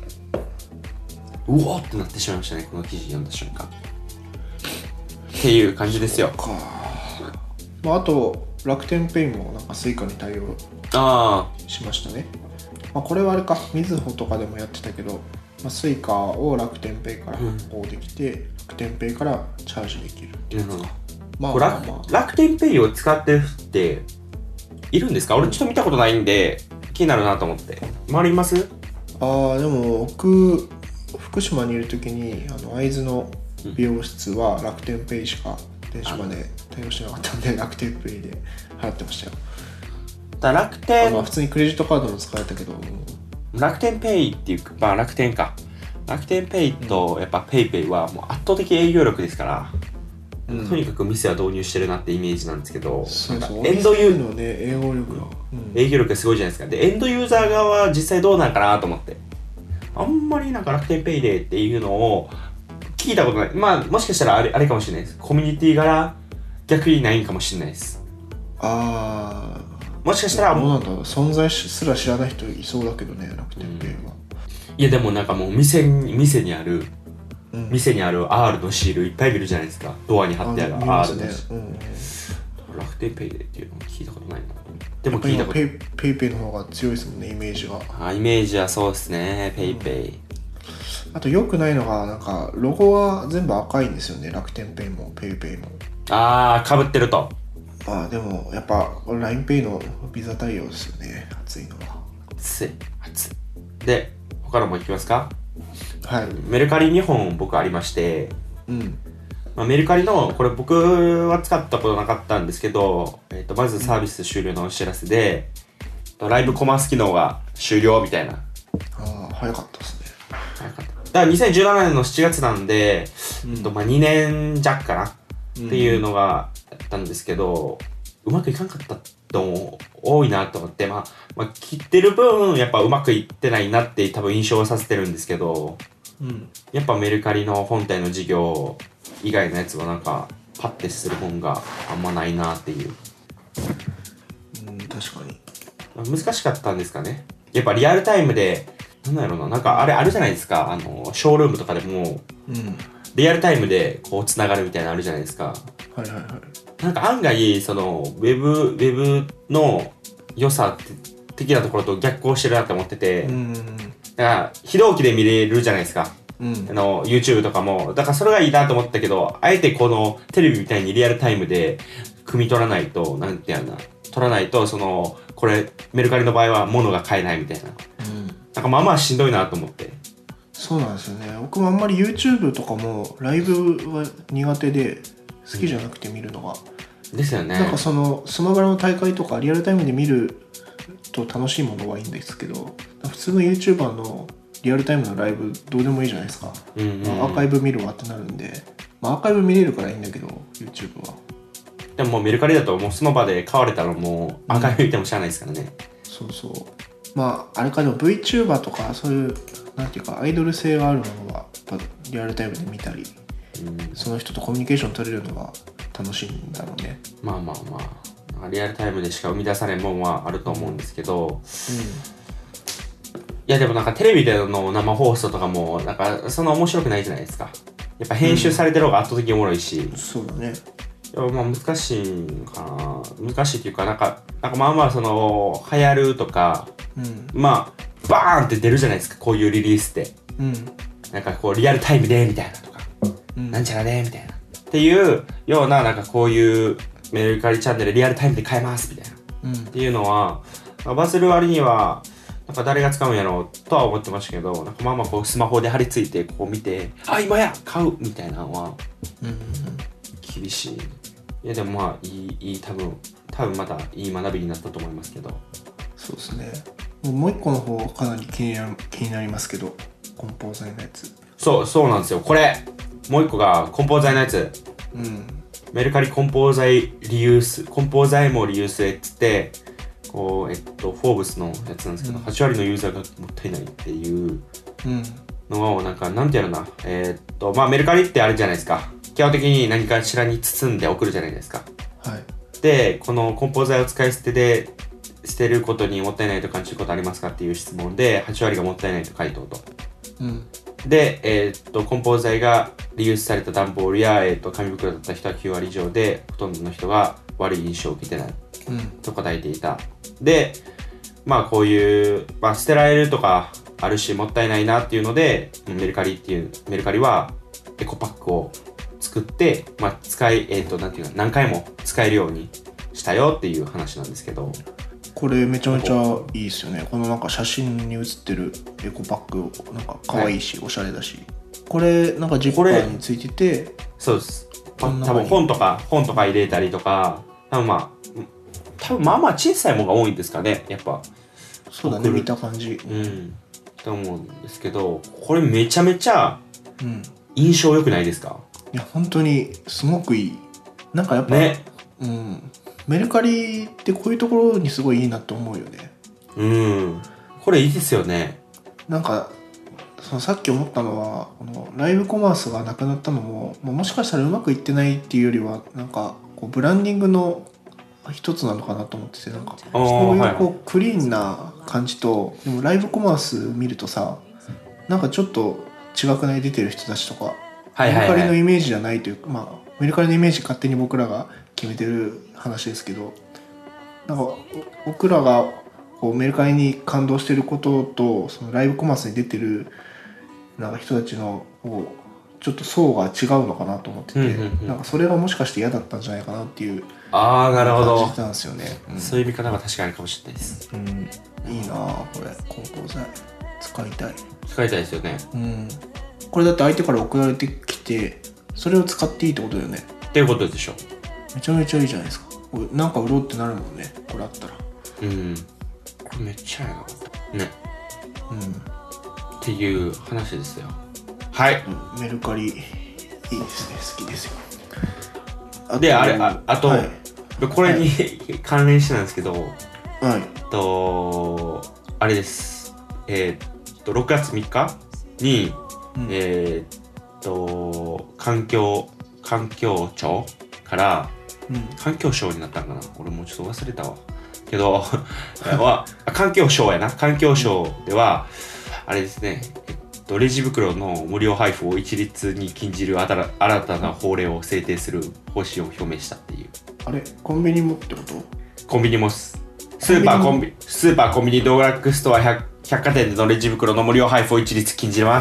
うおーってなってしまいましたね、この記事読んだ瞬間。っていう感じですよ。か、 まあ、あと楽天ペイもなんかスイカに対応しましたね。まあ、これはあれか、みずほとかでもやってたけど、まあ、スイカを楽天ペイから発行できて、うん、楽天ペイからチャージできるっていうのが、 まあまあまあ、楽天ペイを使ってる人っているんですか？俺ちょっと見たことないんで気になるなと思って。周りいます？ ああ、でも僕福島にいる時にあの会津の美容室は楽天ペイしか電子マネー対応してなかったんで、楽天ペイで払ってましたよ。 だ楽天、 まあ、普通にクレジットカードも使えたけど、 楽天ペイっていうか、まあ、楽天か楽天ペイとやっぱペイペイはもう圧倒的営業力ですから、うん、とにかく店は導入してるなってイメージなんですけど、 そうそう、エンドユーのね、営業力が、 うん、営業力がすごいじゃないですか。でエンドユーザー側は実際どうなんかなと思って、あんまりなんか楽天ペイでっていうのを聞いたことない。まあもしかしたらあれ、あれかもしれないです。コミュニティ柄逆にないんかもしれないです。 ああ、 もしかしたらどうなんだろう、存在すら知らない人いそうだけどね、楽天ペイは、うん、 いやでもなんかもう店に店にある、うん、店にある アール のシールいっぱい見るじゃないですか。ドアに貼ってある アール のシール、ね、うん、 楽天ペイでっていうのを聞いたことないな。でも聞いたことペイペイペイの方が強いですもんね、イメージが。 あ、イメージはそうですね、ペイペイ、うん、 あと良くないのがなんかロゴは全部赤いんですよね、楽天ペイもペイペイも。 あー、被ってると。 まあでもやっぱ ラインペイ のビザ対応ですよね、熱いのは。 熱い熱い。で他のもいきますか。 はい。 メルカリにほん僕ありまして、 うん、 まあ、メルカリのこれ僕は使ったことなかったんですけど、えー、とまずサービス終了のお知らせで、うん、ライブコマース機能が終了みたいな。 ああ、早かったですね。 早かった。だからにせんじゅうななねんのしちがつなんで、うん、えっとまあ、にねん弱かなっていうのがあったんですけど、うん、うまくいかんかった人も多いなと思って、まあ、まあ、切ってる分やっぱうまくいってないなって多分印象をさせてるんですけど、うん、やっぱメルカリの本体の事業以外のやつはなんかパッてする本があんまないなっていう。 うん、確かに難しかったんですかね。やっぱリアルタイムでなんだろうな、なんかあれあるじゃないですか、あのショールームとかでも、うん、リアルタイムでこうつながるみたいなのあるじゃないですか。 はいはいはい。 なんか案外そのウェブウェブの良さ的なところと逆行してるなって思ってて、うん、だから非同期で見れるじゃないですか。うん、あの YouTube とかもだからそれがいいなと思ったけど、あえてこのテレビみたいにリアルタイムで汲み取らないと、なんていうな取らないとそのこれメルカリの場合は物が買えないみたいな、うん、なんかまあまあしんどいなと思って。 そうなんですよね。僕もあんまり YouTube とかもライブは苦手で好きじゃなくて見るのが、 うん、ですよね。 なんかそのスマブラの大会とかリアルタイムで見ると楽しいものはいいんですけど、普通の YouTuber のリアルタイムのライブどうでもいいじゃないですか、うんうんうん、まあ、アーカイブ見るわってなるんで、まあ、アーカイブ見れるからいいんだけど YouTube は。 でももうメルカリだともうその場で買われたらもうアーカイブ見てもしゃあないですからね、うん、 そうそう。まああれか、でも VTuber とかそういうなんていうかアイドル性があるものはやっぱリアルタイムで見たり、うん、その人とコミュニケーション取れるのが楽しいんだろうね。 まあまあまあリアルタイムでしか生み出されんもんはあると思うんですけど、うん、いやでもなんかテレビでの生放送とかもなんかそんな面白くないじゃないですか。やっぱ編集されてる方が圧倒的におもろいし、 うん、そうだね。 やっぱまあ難しいんかな。難しいっていうかなんかなんかまあまあその流行るとか、うん、まあバーンって出るじゃないですか、こういうリリースって、うん、なんかこうリアルタイムでみたいなとか、うん、なんちゃらねみたいなっていうようななんかこういうメルカリチャンネルリアルタイムで買えますみたいな、うん、っていうのは、まあ、バズる割にはなんか誰が使うんやろうとは思ってましたけど、なんかまあまあこうスマホで貼り付いてこう見て、あ今や買うみたいなのは厳しい。いやでもまあいいいい多分多分またいい学びになったと思いますけど。 そうですね。もう一個の方かなり気になる気になりますけど、梱包材のやつ。 そうそうなんですよ。これもう一個が梱包材のやつ。うん。メルカリ梱包材リユース、梱包材もリユースへっつってこうえっとフォーブスのやつなんですけど、うん、はち割のユーザーがもったいないっていうのをなんかなんていうのな、えー、っとまあメルカリってあるじゃないですか。基本的に何かしらに包んで送るじゃないですか。はい。でこの梱包材を使い捨てで捨てることにもったいないと感じることありますかっていう質問ではち割がもったいないと回答と。うん。で、えー、っと梱包材がリユースされた段ボールや、えー、っと紙袋だった人はきゅう割以上で、ほとんどの人が悪い印象を受けてない、うん、と答えていた。でまあこういう、まあ、捨てられるとかあるしもったいないなっていうのでメルカリっていうメルカリはエコパックを作って、まあ、使いえっ、ー、となんていうか何回も使えるようにしたよっていう話なんですけど、 これめちゃめちゃいいですよね。このなんか写真に写ってるエコパックなんか可愛いし、はい、おしゃれだし、これなんかジッパーについてて、 そうです。多分本とか本とか入れたりとか、多分まあ多分まあまあ小さいものが多いんですかね、やっぱ。 そうだね、見た感じ。 うんと思うんですけど、これめちゃめちゃ印象良くないですか？ いや本当にすごくいい。なんかやっぱ、ね、うん、メルカリってこういうところにすごいいいなと思うよね。 うん、これいいですよね。 なんかそのさっき思ったのは、このライブコマースがなくなったのも、もしかしたらうまくいってないっていうよりは、なんかこうブランディングの一つなのかなと思ってて、なんかそういうこうクリーンな感じと、でもライブコマース見るとさ、なんかちょっと違くない、出てる人たちとかメルカリのイメージじゃないというか、まあメルカリのイメージ勝手に僕らが決めてる話ですけど、なんか僕らがこうメルカリに感動してることと、そのライブコマースに出てるなんか人たちのこうちょっと層が違うのかなと思ってて、うんうんうん、なんかそれがもしかして嫌だったんじゃないかなっていうあーなるほど感じたんですよね、うん、 そういう見方が確かにかもしれないです、 うん、いいなこれ梱包材使いたい使いたいですよね、 うん、これだって相手から送られてきてそれを使っていいってことだよねっていうことでしょ。 めちゃめちゃいいじゃないですか。なんか売ろうってなるもんねこれあったら。 うんこれめっちゃいいなね、うん、っていう話ですよ。はい、 うん、メルカリいいですね好きですよ。 あであれ あ, あと、はい、これに、はい、関連してなんですけど、はい、とあれですえー、っとろくがつみっかに、うん、えー、っと環境環境庁から、うん、環境省になったんかな俺もうちょっと忘れたわけどは環境省やな環境省では、うん、あれですねえっとレジ袋の無料配布を一律に禁じる新たな法令を制定する方針を表明したっていう。 あれコンビニもってこと？ コンビニもスーパーコンビスーパーコンビニドラッグストア 百, 百貨店でのレジ袋の無料配布を一律禁じます。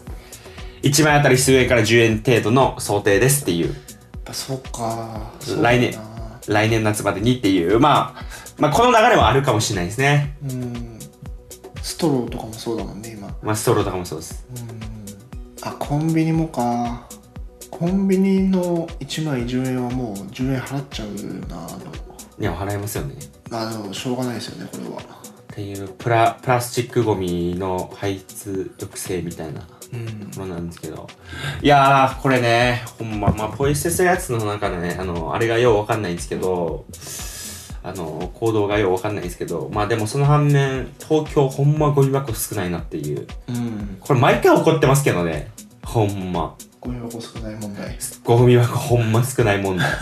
いちまいあたり数円からじゅうえん程度の想定ですっていう。 そうか来年来年夏までにっていう、まあ、まあこの流れはあるかもしれないですね。 うんストローとかもそうだもんね今。 まあストローとかもそうです。 うんあコンビニもか。コンビニのいちまいじゅうえんはもうじゅうえん払っちゃうな。 いや払いますよね。 まあでもしょうがないですよねこれは。 っていうプラプラスチックゴミの排出抑制みたいなところなんですけど、うん、いやーこれねほんままあポイ捨てするやつの中でねあのあれがようわかんないんですけどあの行動がようわかんないんですけどまあでもその反面東京ほんまゴミ箱少ないなっていう、うん、これ毎回怒ってますけどねほんまゴミ箱少ない問題ゴミ箱ほんま少ない問題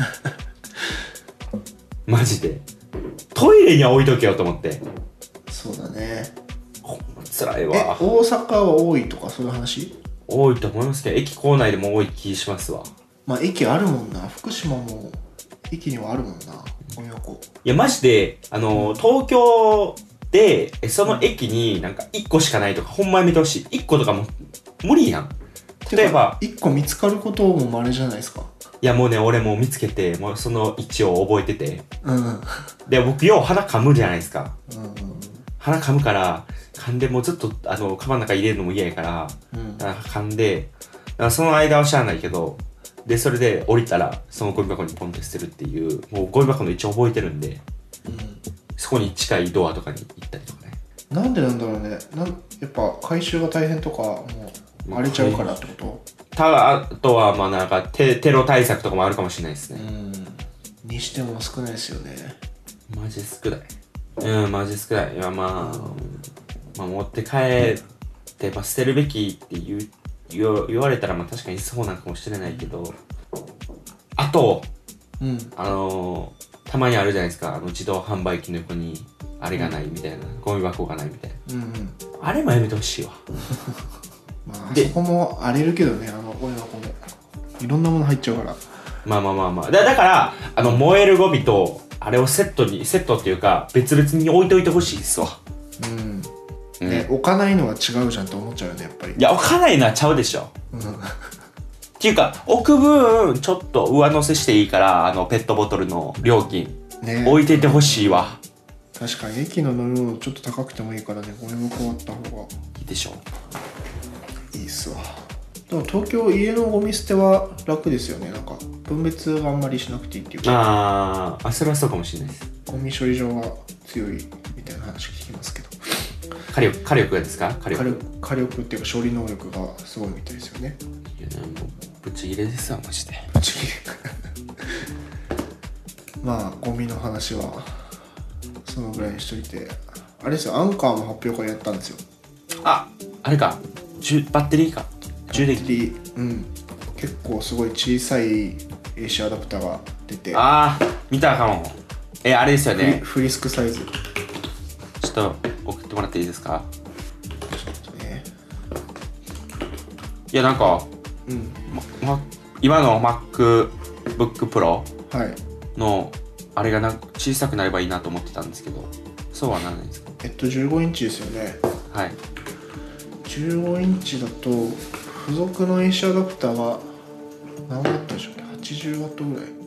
マジでトイレには置いとけよと思って。 そうだねほんま辛いわ。 え大阪は多いとかそういう話？ 多いと思いますけど駅構内でも多い気しますわ。 まあ駅あるもんな福島も駅にはあるもんなゴミ箱。 いやマジであの、うん、東京でその駅になんかいっこしかないとかほんまやめてほしい。いっことかも無理やん。例えばいっこ見つかることも稀じゃないですか。 いやもうね俺もう見つけてもうその位置を覚えてて、うん、で僕よう鼻噛むじゃないですか、うん、鼻噛むから噛んでもうずっとあのカバンの中入れるのも嫌やから、うん、だから噛んでだからその間はしゃあないけどでそれで降りたらそのゴミ箱にポンと捨てるっていうもうゴミ箱の位置を覚えてるんで、うん、そこに近いドアとかに行ったりとかね。 なんでなんだろうね。なんやっぱ回収が大変とかもう荒れちゃうからってこと？ たあとはまあなんか テ, テロ対策とかもあるかもしれないですね。 うんにしても少ないですよね。 マジ少ない。うんマジ少ない。いやまあ、うんまあ、持って帰って、まあ、捨てるべきって言う言われたらまあ確かにそうなんかもしれないけどあと、うん、あのー、たまにあるじゃないですかあの自動販売機の横にあれがないみたいな、うん、ゴミ箱がないみたいな、うんうん、あれもやめてほしいわ。 まあそこも荒れるけどねあのゴミ箱もいろんなもの入っちゃうからまあまあまあまあだ, だからあの燃えるゴミとあれをセットにセットっていうか別々に置いといてほしいですわ。 うんね、置かないのは違うじゃんって思っちゃうよねやっぱり。 いや置かないのはちゃうでしょ、うん、っていうか置く分ちょっと上乗せしていいからあのペットボトルの料金、ね、置いててほしいわ。 確かに駅の飲み物ちょっと高くてもいいからねゴミ箱あった方がいいでしょ。 いいっすわ。でも東京家のゴミ捨ては楽ですよね。なんか分別はあんまりしなくていいっていうか。 ああそれはそうかもしれないです。 ゴミ処理場が強いみたいな話聞きますけど火力火力がですか？火力 火力火力っていうか処理能力がすごいみたいですよね。 いやもうぶち切れですわマジで。 ぶち切れまあゴミの話はそのぐらいにしといてあれですよアンカーも発表会やったんですよ。 ああれかバッテリーか充電器。 うん結構すごい小さい エーシー アダプターが出てああ見たかも。えあれですよねフリスクサイズ。 ちょっと送ってもらっていいですか？ちょっとね。いやなんかうんま、今の MacBook Pro の、 はい、 あれがなんか小さくなればいいなと思ってたんですけど、そうはならないですか？ えっとじゅうごインチですよね。 はい。 じゅうごインチだと付属の エーシー アダプターが何ワットでしょうね。はちじゅうワットぐらい。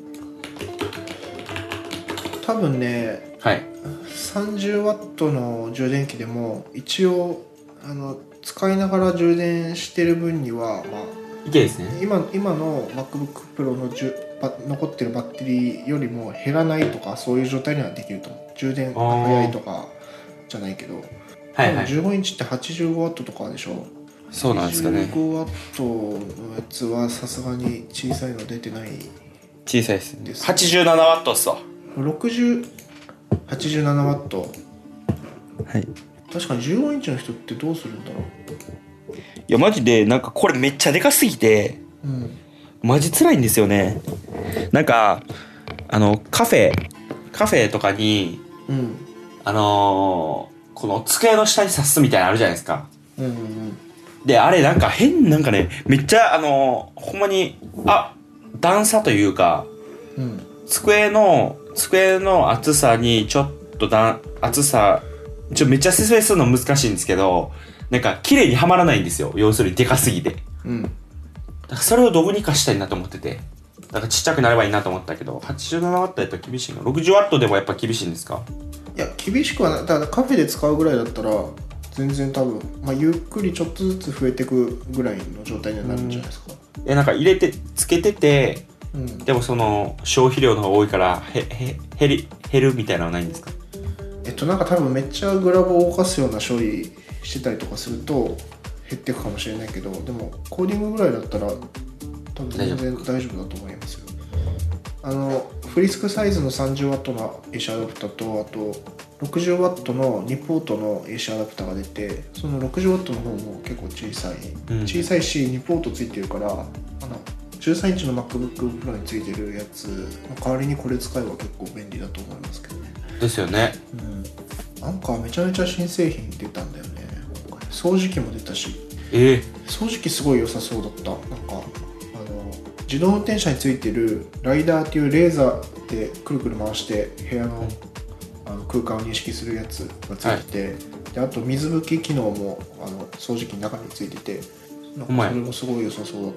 多分ね、 はい、 さんじゅうワットの充電器でも一応あの使いながら充電してる分には、まあ、 いけですね。 今, 今の MacBook Pro のじゅ残ってるバッテリーよりも減らないとかそういう状態にはできると思う。充電が早いとかじゃないけど、はいはい、じゅうごインチってはちじゅうごワットとかでしょ。 そうなんですかね。 はちじゅうごワットのやつはさすがに小さいの出てない。 小さいですね。はちじゅうななワットっすわ。 ろくじゅう、はちじゅうななワット。 はい。 確かにじゅうごインチの人ってどうするんだろう。 いやマジでなんかこれめっちゃでかすぎて、うん、マジ辛いんですよね。なんかあのカフェカフェとかに、うん、あのー、この机の下に刺すみたいなのあるじゃないですか。うんうんうん。であれなんか変なんかねめっちゃあのー、ほんまにあ段差というか、うん、机の机の厚さにちょっとだ厚さちょめっちゃ説明するの難しいんですけど、なんか綺麗にはまらないんですよ。要するにでかすぎて。うん。だからそれをどうにかしたいなと思ってて。だからちっちゃくなればいいなと思ったけど、はちじゅうななワットやったら厳しいの。ろくじゅうワットでもやっぱ厳しいんですか？ いや厳しくはない。だからカフェで使うぐらいだったら全然多分、まあ、ゆっくりちょっとずつ増えていくぐらいの状態にはなるんじゃないですか。 いやなんか入れてつけてて、うん、でもその消費量の方が多いからへへ減り減るみたいなのはないんですか？ えっとなんか多分めっちゃグラブを動かすような処理してたりとかすると減っていくかもしれないけど、でもコーディングぐらいだったら多分全然大丈夫だと思いますよ。あのフリスクサイズの さんじゅうワット の エーシー アダプターとあと ろくじゅうワット のにポートの エーシー アダプターが出て、その ろくじゅうワット の方も結構小さい、うん、小さいしにポートついてるから、あのじゅうさんインチの MacBook Pro についてるやつの代わりにこれ使えば結構便利だと思いますけどね。 ですよね。 うん、なんかめちゃめちゃ新製品出たんだよね。掃除機も出たし、 えー、 掃除機すごい良さそうだった。なんかあの自動運転車についてるライダーっていうレーザーでくるくる回して部屋の、あの空間を認識するやつがついてて、はい、であと水拭き機能もあの掃除機の中についてて、なんかそれもすごい良さそうだった。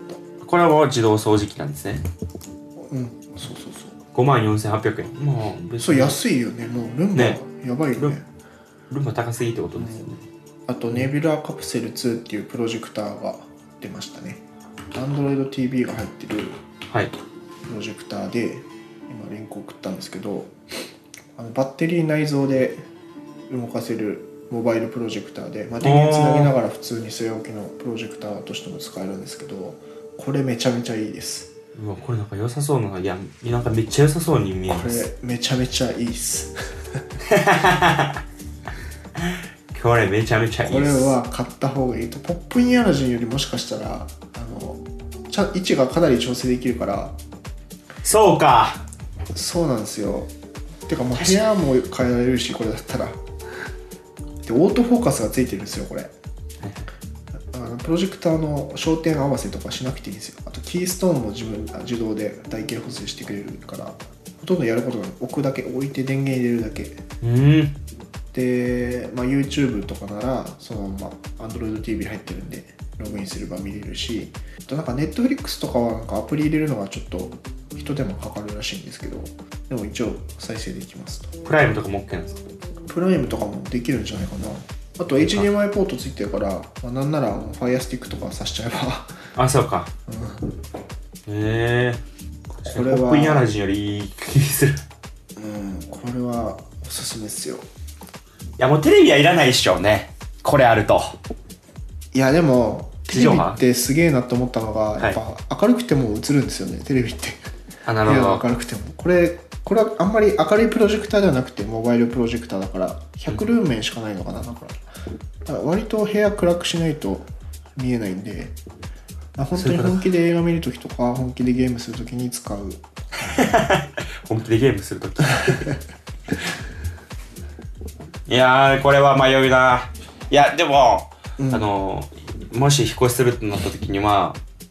これは自動掃除機なんですね。 うん、そうそうそう。 ごまんよんせんはっぴゃくえん。まあ別にそう安いよね。もうルンバ、ね、やばいよね。 ルンバ高すぎってことですよね。 うん、あとネビュラーカプセルツーっていうプロジェクターが出ましたね。Android ティーブイ が入ってるプロジェクターで、今リンク送ったんですけど、あのバッテリー内蔵で動かせるモバイルプロジェクターで、まあ、電源つなぎながら普通に据え置きのプロジェクターとしても使えるんですけど、これめちゃめちゃいいです。 うわこれなんか良さそうな、いやなんかめっちゃ良さそうに見えます。 これめちゃめちゃいいっすこれめちゃめちゃいいっす。 これは買った方がいいと。ポップインアラジンよりもしかしたらあのちゃ位置がかなり調整できるから。 そうか。 そうなんですよ。てかもう部屋も変えられるし、これだったら。でオートフォーカスがついてるんですよこれ。あのプロジェクターの焦点合わせとかしなくていいんですよ。あとキーストーンも自分自動で台形補正してくれるから、ほとんどやることが置くだけ、置いて電源入れるだけ。うんで、まあ、YouTube とかならそのまま Android ティーブイ 入ってるんでログインすれば見れるし、あとなんか Netflix とかはなんかアプリ入れるのがちょっと一手間かかるらしいんですけど、でも一応再生できますと。 プライムとかも OK なんですか？プライムとかもできるんじゃないかな。あと エイチディーエムアイ ポートついてるから、まあ、なんなら Fire Stick とか挿しちゃえばあ、そうか。うん、へえ。これはポップインアラジンよりいい気する。 うん、これはおすすめですよ。 いやもうテレビはいらないっしょね、これあると。 いやでもテレビってすげえなと思ったのが、やっぱ明るくても映るんですよね、テレビって。 あ、なるほど。 明るくてもこれこれはあんまり明るいプロジェクターではなくてモバイルプロジェクターだからひゃくルーメンしかないのかな、だから割と部屋暗くしないと見えないんで、本当に本気で映画見るときとか本気でゲームするときに使う本気でゲームするときいやーこれは迷うな。いやでも、うん、あのもし引っ越しするってなったときには、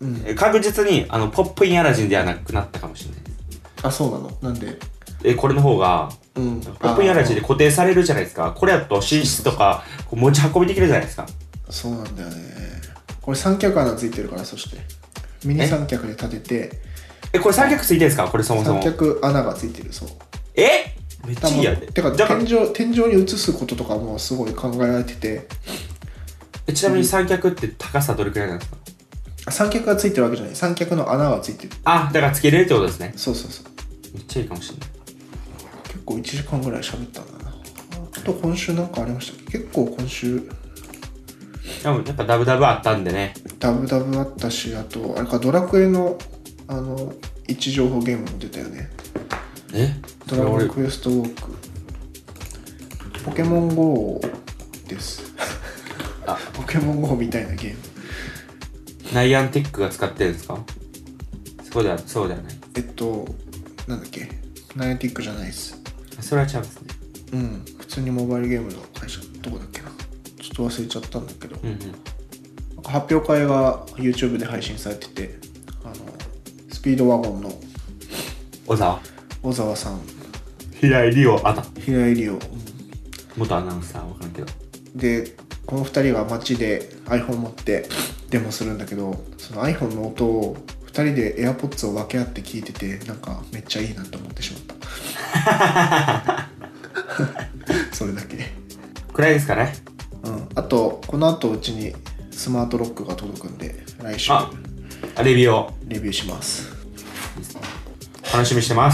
うん、確実にあのポップインアラジンではなくなったかもしれないです。 あ、そうなの？なんで？ えこれの方が、うん、ポップインアラジンで固定されるじゃないですか。これやと寝室とかこう持ち運びできるじゃないですか。 そうなんだよね。これ三脚穴ついてるから。そしてミニ三脚で立てて。 えこれ三脚ついてるんですか？これそもそも三脚穴がついてる。そう。 えめっちゃいいやで。 てか天井天井に移すこととかもすごい考えられてて。 えちなみに三脚って高さどれくらいなんですか？ 三脚がついてるわけじゃない。三脚の穴がついてる。 あ、だからつけれるってことですね。 そうそうそう。 めっちゃいいかもしれない。 結構いちじかんぐらい喋ったんだな。あと今週なんかありましたっけ？結構今週でもやっぱダブダブあったんでね。 ダブダブあったし、あとあれかドラクエのあの位置情報ゲームも出たよね。 え？ ドラゴンクエストウォーク。ポケモン ゴー です。あ、ポケモン ゴー みたいなゲーム。 ナイアンテックが使ってるんですか？そうではそうではない。 えっとなんだっけ？ナイアンテックじゃないです。 それはちゃうんですね。 うん、普通にモバイルゲームの会社どこだっけな。ちょっと忘れちゃったんだけど、うんうん、なんか発表会が YouTube で配信されてて、あのスピードワゴンの小沢小沢さん、 平井理央あた平井理央、うん、 元アナウンサーわかんないけど、 でこのふたりが街で iPhone 持ってデモするんだけど、その iPhone の音をふたりで AirPods を分け合って聞いてて、なんかめっちゃいいなと思ってしまったそれだけくらいですかね。 うん、あとこの後うちにスマートロックが届くんで、来週あレビューをレビューします。 楽しみしてます。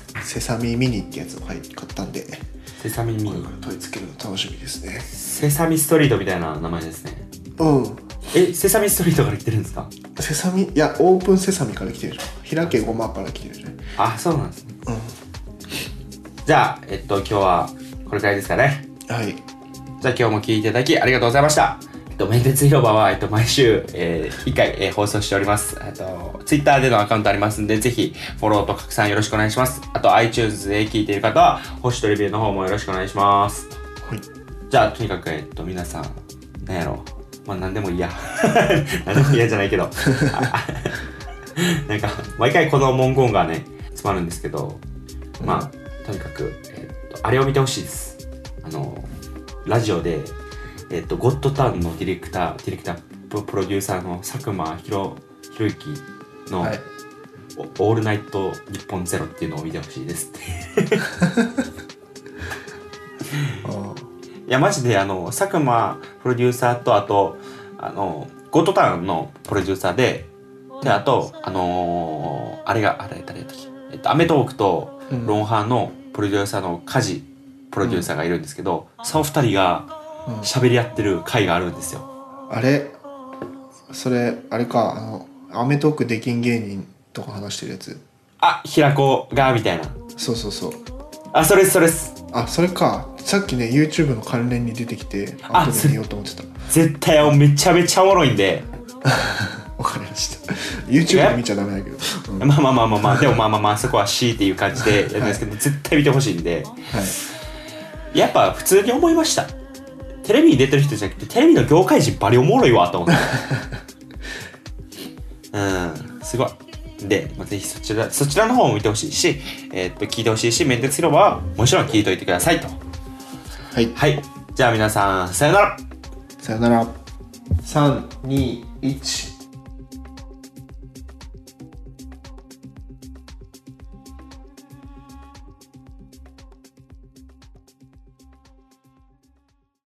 セサミミニってやつを買ったんで、 セサミミニこれから取り付けるの楽しみですね。 セサミストリートみたいな名前ですね。 うん。 えセサミストリートから来てるんですか？ セサミ、いやオープンセサミから来てるじゃん。開けごまから来てるじゃん。 あ、そうなんですね。 うん。 じゃあえっと今日はこれくらいですかね。 はい。 じゃあ今日も聞いていただきありがとうございました。えっと、メンテツ広場は、えっと、毎週、えー、いっかい、えー、放送しております。えっと、Twitter でのアカウントありますんで、ぜひ、フォローと拡散よろしくお願いします。あと、iTunes で聞いている方は、星とレビューの方もよろしくお願いします。 はい。 じゃあ、とにかく、えっと、皆さん、なんやろう。まあ、なんでもいいや。なんでも嫌じゃないけど。なんか、毎回この文言がね、詰まるんですけど、まあ、とにかく、えっと、あれを見てほしいです。あの、ラジオで、えっと、ゴッドタウンのディレクター、ディレクター、プロデューサーの佐久間ひろゆきの、はい、オールナイト日本ゼロっていうのを見てほしいですっていやマジであの佐久間プロデューサーとあとあのゴッドタウンのプロデューサーでであとあのー、あれがあれ誰やったっけ、えっと、アメトーークとロンハーのプロデューサーのカジプロデューサーがいるんですけど、うん、その二人が喋り合ってる回があるんですよ。 あれそれあれか、あのアメトーークできん芸人とか話してるやつ。 あ、平子がみたいな。 そうそうそう。 あ、それそれっす。 あ、それか。さっきね YouTube の関連に出てきて後で見ようと思ってた。 絶対めちゃめちゃおもろいんでわかりました。 YouTube で見ちゃダメだけど、 うん、まあまあまあまあまあでもまあまあまあそこは C っていう感じでやるんですけど、はい、絶対見てほしいんで、はい、やっぱ普通に思いました。テレビに出てる人じゃなくてテレビの業界人バリおもろいわと思ってうんすごいで、まあ、ぜひそちらそちらの方も見てほしいし、えー、っと聞いてほしいし、メンテツ広場はもちろん聞いといてくださいと。はい、はい、じゃあ皆さんさよなら。 さよなら。さんにいち